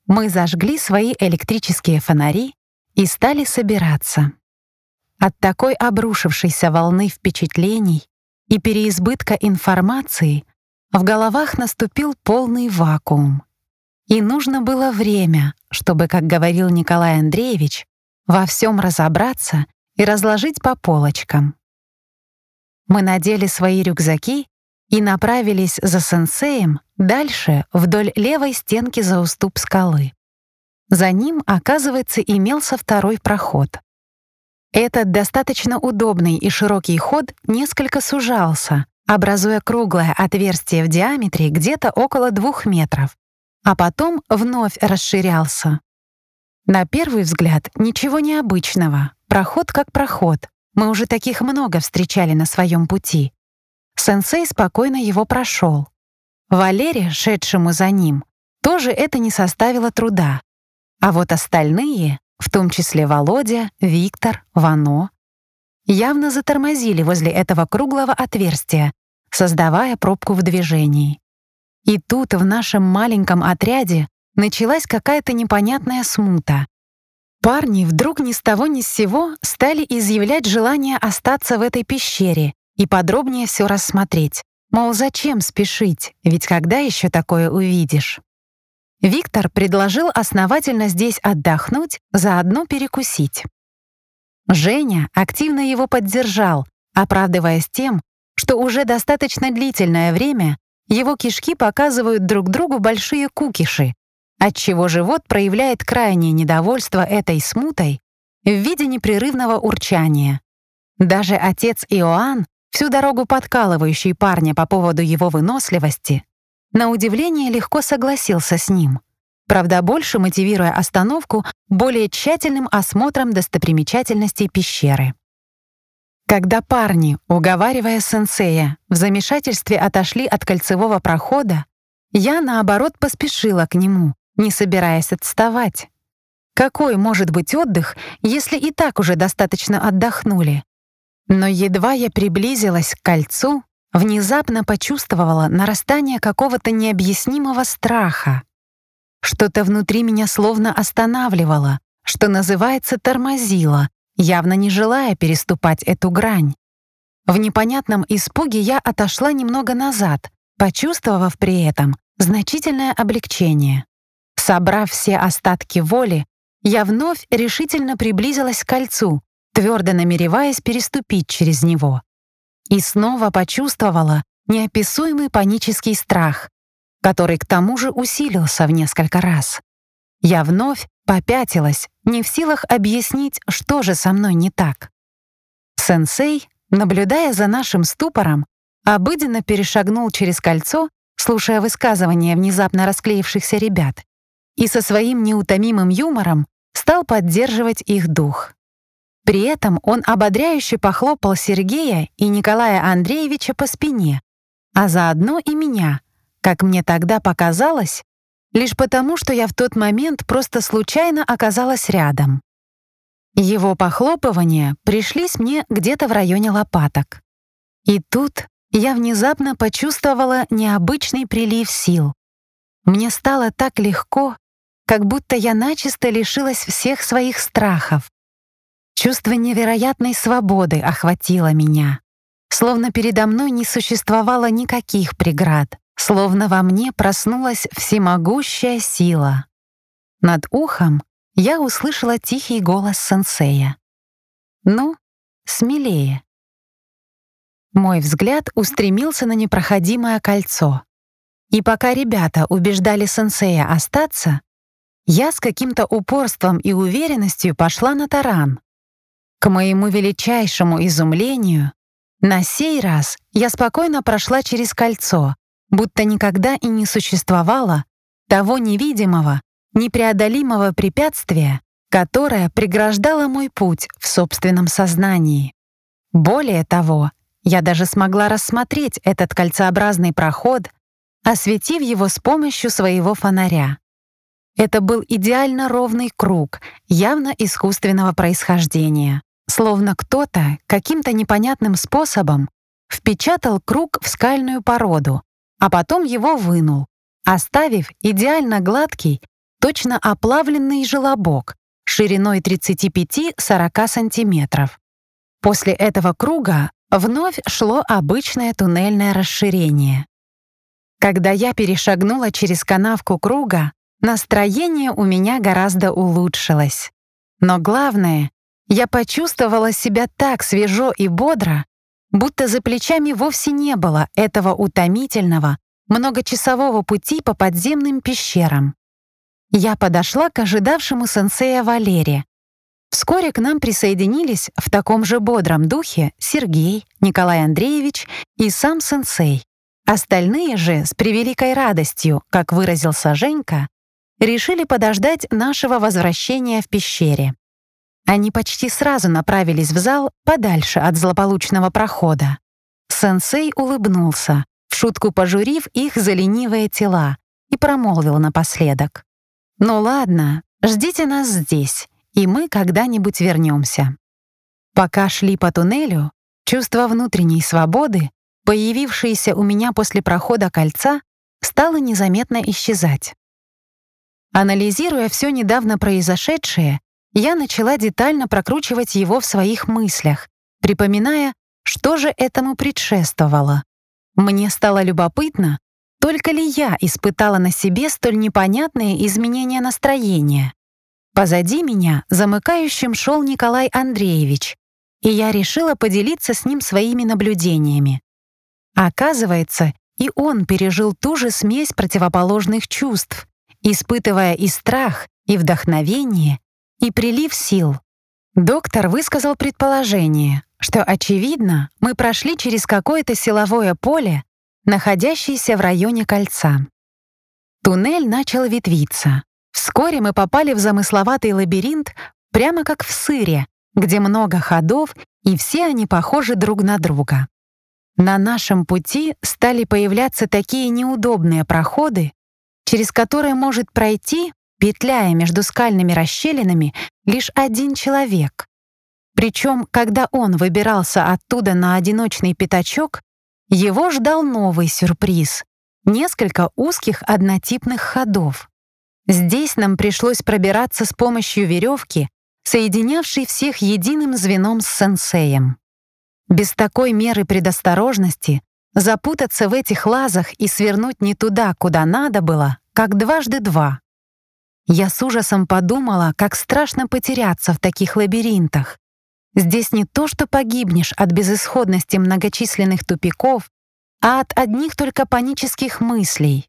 Мы зажгли свои электрические фонари и стали собираться. От такой обрушившейся волны впечатлений и переизбытка информации в головах наступил полный вакуум. И нужно было время, чтобы, как говорил Николай Андреевич, во всем разобраться и разложить по полочкам. Мы надели свои рюкзаки и направились за сенсеем дальше вдоль левой стенки за уступ скалы. За ним, оказывается, имелся второй проход. Этот достаточно удобный и широкий ход несколько сужался, образуя круглое отверстие в диаметре где-то около 2 метров, а потом вновь расширялся. На первый взгляд ничего необычного, проход как проход, мы уже таких много встречали на своем пути. Сенсей спокойно его прошел. Валере, шедшему за ним, тоже это не составило труда. А вот остальные, в том числе Володя, Виктор, Вано, явно затормозили возле этого круглого отверстия, создавая пробку в движении. И тут в нашем маленьком отряде началась какая-то непонятная смута. Парни вдруг ни с того ни с сего стали изъявлять желание остаться в этой пещере и подробнее все рассмотреть. Мол, зачем спешить, ведь когда еще такое увидишь? Виктор предложил основательно здесь отдохнуть, заодно перекусить. Женя активно его поддержал, оправдываясь тем, что уже достаточно длительное время его кишки показывают друг другу большие кукиши, отчего живот проявляет крайнее недовольство этой смутой в виде непрерывного урчания. Даже отец Иоанн, всю дорогу подкалывающий парня по поводу его выносливости, на удивление легко согласился с ним, правда, больше мотивируя остановку более тщательным осмотром достопримечательностей пещеры. Когда парни, уговаривая сенсея, в замешательстве отошли от кольцевого прохода, я, наоборот, поспешила к нему, не собираясь отставать. Какой может быть отдых, если и так уже достаточно отдохнули? Но едва я приблизилась к кольцу, внезапно почувствовала нарастание какого-то необъяснимого страха. Что-то внутри меня словно останавливало, что называется, тормозило, явно не желая переступать эту грань. В непонятном испуге я отошла немного назад, почувствовав при этом значительное облегчение. Собрав все остатки воли, я вновь решительно приблизилась к кольцу, твердо намереваясь переступить через него. И снова почувствовала неописуемый панический страх, который к тому же усилился в несколько раз. Я вновь попятилась, не в силах объяснить, что же со мной не так. Сенсей, наблюдая за нашим ступором, обыденно перешагнул через кольцо, слушая высказывания внезапно расклеившихся ребят, и со своим неутомимым юмором стал поддерживать их дух. При этом он ободряюще похлопал Сергея и Николая Андреевича по спине, а заодно и меня, как мне тогда показалось, лишь потому, что я в тот момент просто случайно оказалась рядом. Его похлопывания пришлись мне где-то в районе лопаток. И тут я внезапно почувствовала необычный прилив сил. Мне стало так легко, как будто я начисто лишилась всех своих страхов. Чувство невероятной свободы охватило меня, словно передо мной не существовало никаких преград, словно во мне проснулась всемогущая сила. Над ухом я услышала тихий голос сенсея. «Ну, смелее». Мой взгляд устремился на непроходимое кольцо. И пока ребята убеждали сенсея остаться, я с каким-то упорством и уверенностью пошла на таран. К моему величайшему изумлению, на сей раз я спокойно прошла через кольцо, будто никогда и не существовало того невидимого, непреодолимого препятствия, которое преграждало мой путь в собственном сознании. Более того, я даже смогла рассмотреть этот кольцеобразный проход, осветив его с помощью своего фонаря. Это был идеально ровный круг, явно искусственного происхождения, словно кто-то каким-то непонятным способом впечатал круг в скальную породу, а потом его вынул, оставив идеально гладкий, точно оплавленный желобок шириной 35-40 сантиметров. После этого круга вновь шло обычное туннельное расширение. Когда я перешагнула через канавку круга, настроение у меня гораздо улучшилось. Но главное, я почувствовала себя так свежо и бодро, будто за плечами вовсе не было этого утомительного, многочасового пути по подземным пещерам. Я подошла к ожидавшему сенсея Валере. Вскоре к нам присоединились в таком же бодром духе Сергей, Николай Андреевич и сам сенсей. Остальные же с превеликой радостью, как выразился Женька, решили подождать нашего возвращения в пещере. Они почти сразу направились в зал подальше от злополучного прохода. Сенсей улыбнулся, в шутку пожурив их за ленивые тела, и промолвил напоследок: «Ну ладно, ждите нас здесь, и мы когда-нибудь вернемся». Пока шли по туннелю, чувство внутренней свободы, появившееся у меня после прохода кольца, стало незаметно исчезать. Анализируя все недавно произошедшее, я начала детально прокручивать его в своих мыслях, припоминая, что же этому предшествовало. Мне стало любопытно, только ли я испытала на себе столь непонятные изменения настроения. Позади меня замыкающим шел Николай Андреевич, и я решила поделиться с ним своими наблюдениями. Оказывается, и он пережил ту же смесь противоположных чувств, испытывая и страх, и вдохновение, и прилив сил. Доктор высказал предположение, что, очевидно, мы прошли через какое-то силовое поле, находящееся в районе кольца. Туннель начал ветвиться. Вскоре мы попали в замысловатый лабиринт, прямо как в сыре, где много ходов, и все они похожи друг на друга. На нашем пути стали появляться такие неудобные проходы, через которые может пройти, петляя между скальными расщелинами, лишь один человек. Причем, когда он выбирался оттуда на одиночный пятачок, его ждал новый сюрприз — несколько узких однотипных ходов. Здесь нам пришлось пробираться с помощью веревки, соединявшей всех единым звеном с сенсеем. Без такой меры предосторожности запутаться в этих лазах и свернуть не туда, куда надо было, как дважды два. Я с ужасом подумала, как страшно потеряться в таких лабиринтах. Здесь не то, что погибнешь от безысходности многочисленных тупиков, а от одних только панических мыслей.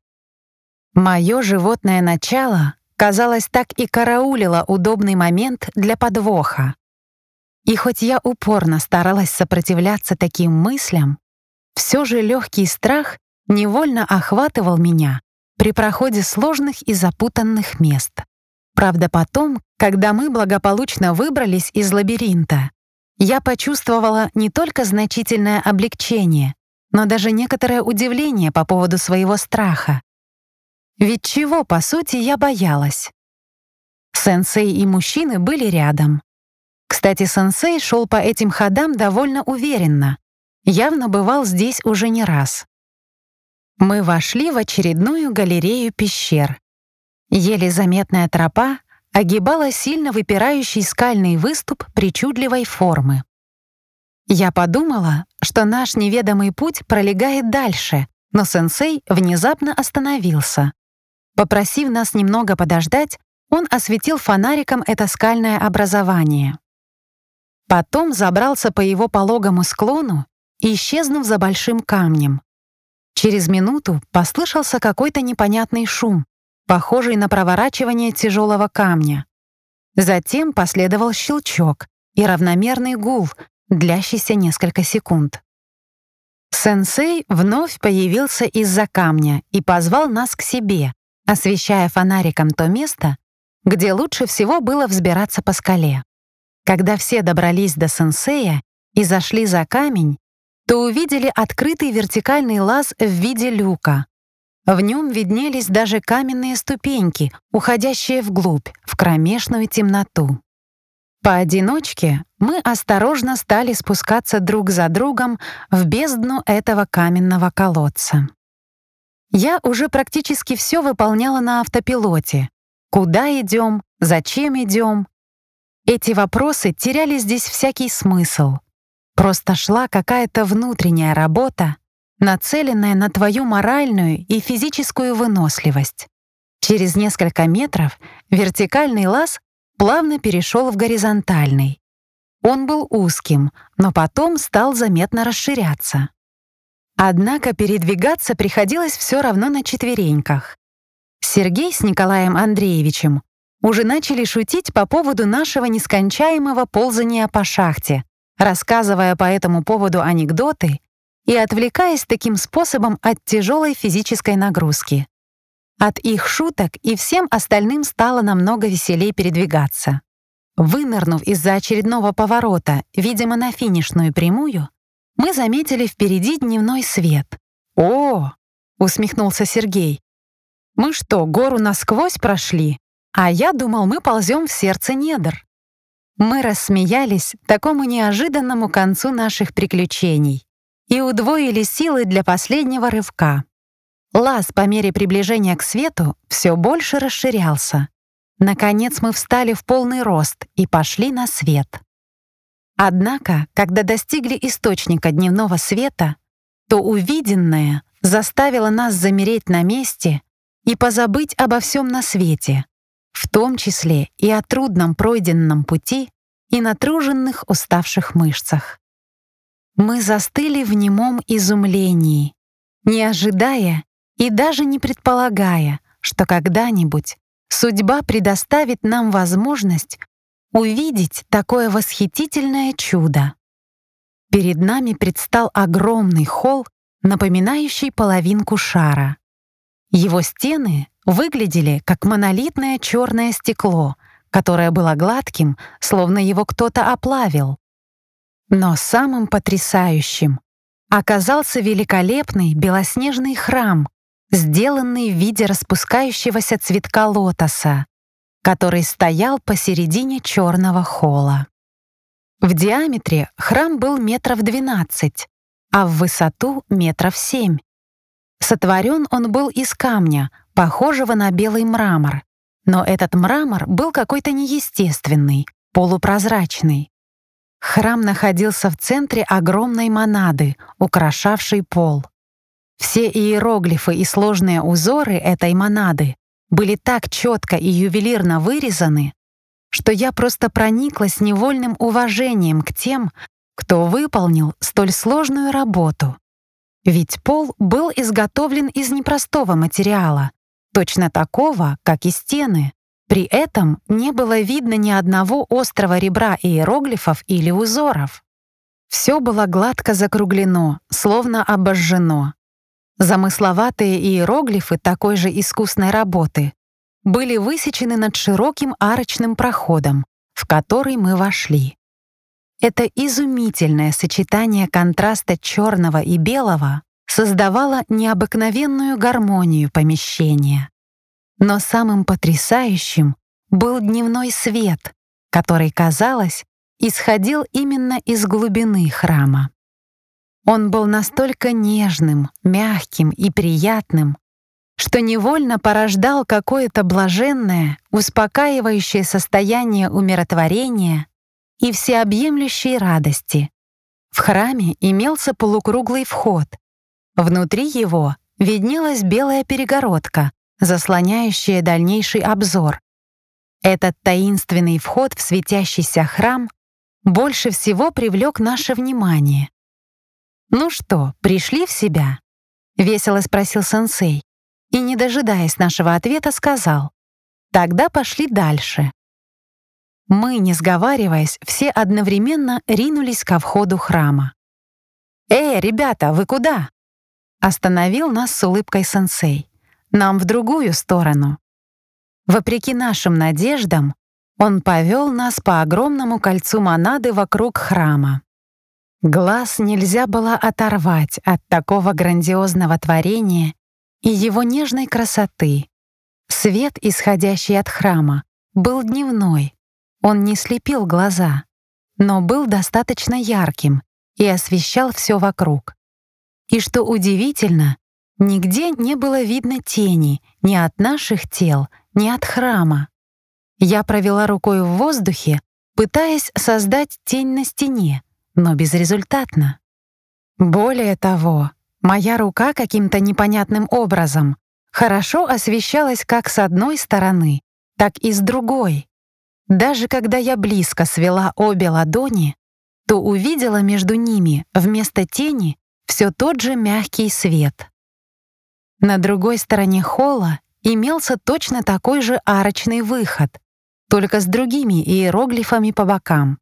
Мое животное начало, казалось, так и караулило удобный момент для подвоха. И хоть я упорно старалась сопротивляться таким мыслям, все же легкий страх невольно охватывал меня при проходе сложных и запутанных мест. Правда, потом, когда мы благополучно выбрались из лабиринта, я почувствовала не только значительное облегчение, но даже некоторое удивление по поводу своего страха. Ведь чего, по сути, я боялась? Сенсей и мужчины были рядом. Кстати, сенсей шел по этим ходам довольно уверенно, явно бывал здесь уже не раз. Мы вошли в очередную галерею пещер. Еле заметная тропа огибала сильно выпирающий скальный выступ причудливой формы. Я подумала, что наш неведомый путь пролегает дальше, но сенсей внезапно остановился. Попросив нас немного подождать, он осветил фонариком это скальное образование. Потом забрался по его пологому склону, исчезнув за большим камнем. Через минуту послышался какой-то непонятный шум, похожий на проворачивание тяжелого камня. Затем последовал щелчок и равномерный гул, длящийся несколько секунд. Сенсей вновь появился из-за камня и позвал нас к себе, освещая фонариком то место, где лучше всего было взбираться по скале. Когда все добрались до сенсея и зашли за камень, то увидели открытый вертикальный лаз в виде люка. В нем виднелись даже каменные ступеньки, уходящие вглубь, в кромешную темноту. Поодиночке мы осторожно стали спускаться друг за другом в бездну этого каменного колодца. Я уже практически все выполняла на автопилоте. Куда идем? Зачем идем? Эти вопросы теряли здесь всякий смысл. Просто шла какая-то внутренняя работа, нацеленная на твою моральную и физическую выносливость. Через несколько метров вертикальный лаз плавно перешел в горизонтальный. Он был узким, но потом стал заметно расширяться. Однако передвигаться приходилось все равно на четвереньках. Сергей с Николаем Андреевичем уже начали шутить по поводу нашего нескончаемого ползания по шахте, рассказывая по этому поводу анекдоты и отвлекаясь таким способом от тяжелой физической нагрузки. От их шуток и всем остальным стало намного веселее передвигаться. Вынырнув из-за очередного поворота, видимо, на финишную прямую, мы заметили впереди дневной свет. «О!» — усмехнулся Сергей. «Мы что, гору насквозь прошли? А я думал, мы ползем в сердце недр». Мы рассмеялись такому неожиданному концу наших приключений и удвоили силы для последнего рывка. Лаз по мере приближения к свету все больше расширялся. Наконец мы встали в полный рост и пошли на свет. Однако, когда достигли источника дневного света, то увиденное заставило нас замереть на месте и позабыть обо всем на свете, в том числе и о трудном пройденном пути и натруженных уставших мышцах. Мы застыли в немом изумлении, не ожидая и даже не предполагая, что когда-нибудь судьба предоставит нам возможность увидеть такое восхитительное чудо. Перед нами предстал огромный холл, напоминающий половинку шара. Его стены выглядели как монолитное черное стекло, которое было гладким, словно его кто-то оплавил. Но самым потрясающим оказался великолепный белоснежный храм, сделанный в виде распускающегося цветка лотоса, который стоял посередине черного холла. В диаметре храм был 12 метров, а в высоту 7 метров. Сотворен он был из камня, похожего на белый мрамор, но этот мрамор был какой-то неестественный, полупрозрачный. Храм находился в центре огромной монады, украшавшей пол. Все иероглифы и сложные узоры этой монады были так четко и ювелирно вырезаны, что я просто прониклась невольным уважением к тем, кто выполнил столь сложную работу. Ведь пол был изготовлен из непростого материала, точно такого, как и стены. При этом не было видно ни одного острого ребра иероглифов или узоров. Все было гладко закруглено, словно обожжено. Замысловатые иероглифы такой же искусной работы были высечены над широким арочным проходом, в который мы вошли. Это изумительное сочетание контраста черного и белого создавало необыкновенную гармонию помещения. Но самым потрясающим был дневной свет, который, казалось, исходил именно из глубины храма. Он был настолько нежным, мягким и приятным, что невольно порождал какое-то блаженное, успокаивающее состояние умиротворения и всеобъемлющей радости. В храме имелся полукруглый вход. Внутри его виднелась белая перегородка, заслоняющая дальнейший обзор. Этот таинственный вход в светящийся храм больше всего привлек наше внимание. «Ну что, пришли в себя?» — весело спросил сенсей, и, не дожидаясь нашего ответа, сказал: «Тогда пошли дальше». Мы, не сговариваясь, все одновременно ринулись ко входу храма. Ребята, вы куда?» — остановил нас с улыбкой сенсей. «Нам в другую сторону». Вопреки нашим надеждам, он повел нас по огромному кольцу монады вокруг храма. Глаз нельзя было оторвать от такого грандиозного творения и его нежной красоты. Свет, исходящий от храма, был дневной. Он не слепил глаза, но был достаточно ярким и освещал все вокруг. И что удивительно, нигде не было видно тени ни от наших тел, не от храма. Я провела рукой в воздухе, пытаясь создать тень на стене, но безрезультатно. Более того, моя рука каким-то непонятным образом хорошо освещалась как с одной стороны, так и с другой. Даже когда я близко свела обе ладони, то увидела между ними вместо тени все тот же мягкий свет. На другой стороне холла имелся точно такой же арочный выход, только с другими иероглифами по бокам.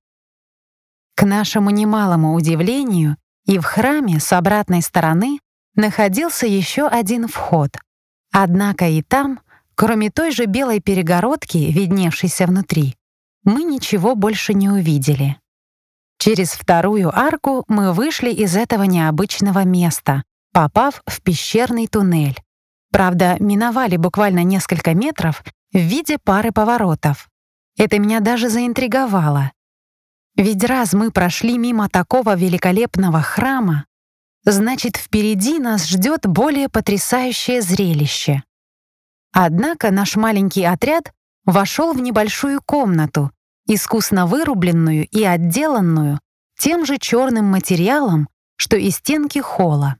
К нашему немалому удивлению, и в храме с обратной стороны находился еще один вход. Однако и там, кроме той же белой перегородки, видневшейся внутри, мы ничего больше не увидели. Через вторую арку мы вышли из этого необычного места, попав в пещерный туннель. Правда, миновали буквально несколько метров в виде пары поворотов. Это меня даже заинтриговало. Ведь раз мы прошли мимо такого великолепного храма, значит, впереди нас ждет более потрясающее зрелище. Однако наш маленький отряд вошел в небольшую комнату, искусно вырубленную и отделанную тем же черным материалом, что и стенки холла.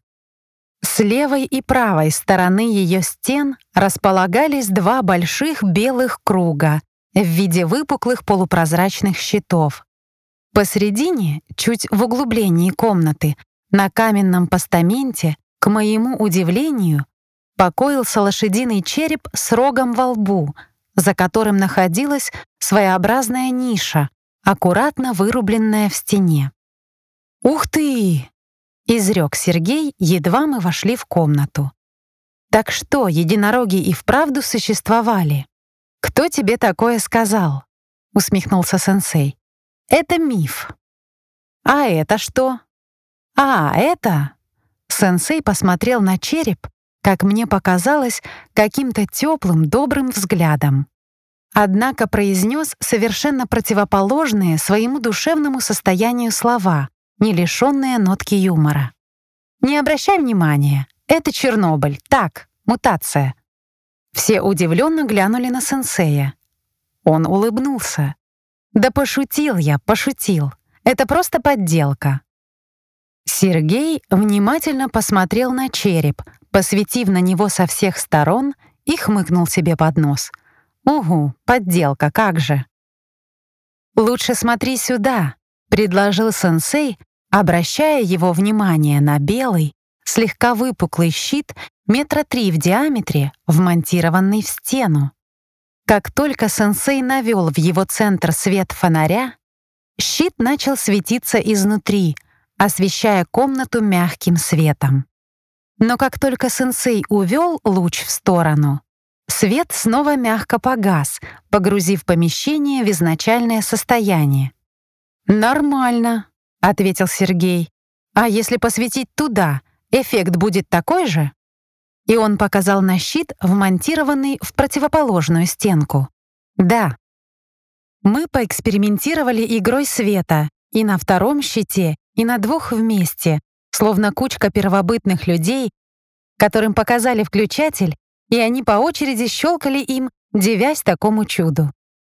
С левой и правой стороны ее стен располагались два больших белых круга в виде выпуклых полупрозрачных щитов. Посредине, чуть в углублении комнаты, на каменном постаменте, к моему удивлению, покоился лошадиный череп с рогом во лбу, за которым находилась своеобразная ниша, аккуратно вырубленная в стене. «Ух ты!» — изрек Сергей, едва мы вошли в комнату. «Так что, единороги и вправду существовали?» «Кто тебе такое сказал?» — усмехнулся сенсей. «Это миф». «А это что?» «А, это...» Сенсей посмотрел на череп, как мне показалось, каким-то теплым, добрым взглядом. Однако произнес совершенно противоположные своему душевному состоянию слова, не лишенные нотки юмора. «Не обращай внимания, это Чернобыль, так, мутация». Все удивленно глянули на сенсея. Он улыбнулся. «Да пошутил я, пошутил. Это просто подделка». Сергей внимательно посмотрел на череп, посветив на него со всех сторон и хмыкнул себе под нос. «Угу, подделка, как же!» «Лучше смотри сюда», — предложил сенсей, обращая его внимание на белый, слегка выпуклый щит 3 метра в диаметре, вмонтированный в стену. Как только сенсей навел в его центр свет фонаря, щит начал светиться изнутри, освещая комнату мягким светом. Но как только сенсей увел луч в сторону, свет снова мягко погас, погрузив помещение в изначальное состояние. «Нормально», — ответил Сергей. «А если посветить туда, эффект будет такой же?» И он показал на щит, вмонтированный в противоположную стенку. «Да». Мы поэкспериментировали игрой света и на втором щите, и на двух вместе, словно кучка первобытных людей, которым показали включатель, и они по очереди щелкали им, дивясь такому чуду.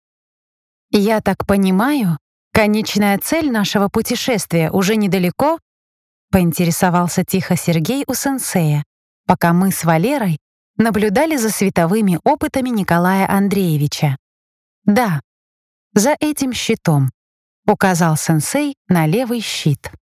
«Я так понимаю, конечная цель нашего путешествия уже недалеко?» — поинтересовался тихо Сергей у сенсея, пока мы с Валерой наблюдали за световыми опытами Николая Андреевича. «Да, за этим щитом», — указал сенсей на левый щит.